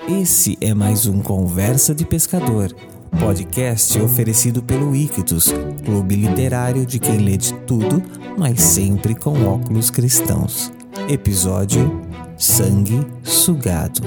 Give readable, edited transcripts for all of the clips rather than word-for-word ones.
Esse é mais um Conversa de Pescador, podcast oferecido pelo Ictus, clube literário de quem lê de tudo, mas sempre com óculos cristãos. Episódio Sangue Sugado.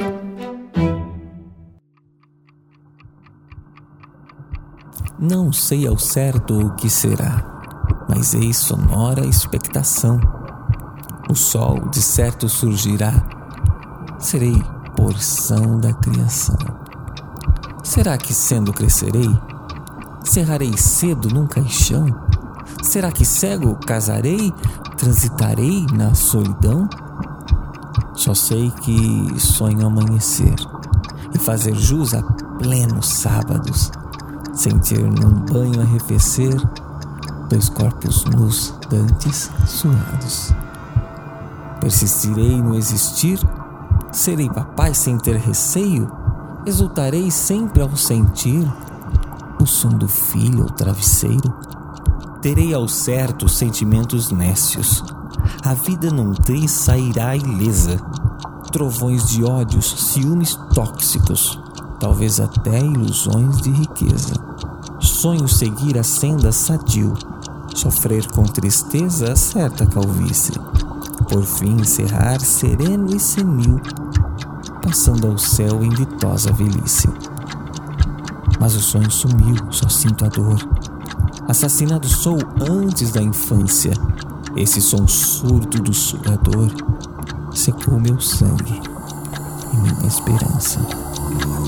Não sei ao certo o que será, mas eis sonora expectação. O sol de certo surgirá, serei porção da criação. Será que sendo crescerei? Cerrarei cedo num caixão? Será que cego casarei? Transitarei na solidão? Só sei que sonho amanhecer e fazer jus a plenos sábados, sentir num banho arrefecer 2 corpos nus dantes suados. Persistirei no existir? Serei papai sem ter receio? Exultarei sempre ao sentir o som do filho ou travesseiro? Terei ao certo sentimentos nécios. A vida num triz sairá ilesa. Trovões de ódios, ciúmes tóxicos, talvez até ilusões de riqueza. Sonho seguir a senda sadio, sofrer com tristeza a certa calvície. Por fim encerrar sereno e senil, passando ao céu em ditosa velhice. Mas o sonho sumiu, só sinto a dor. Assassinado sou antes da infância. Esse som surdo do sugador secou meu sangue e minha esperança.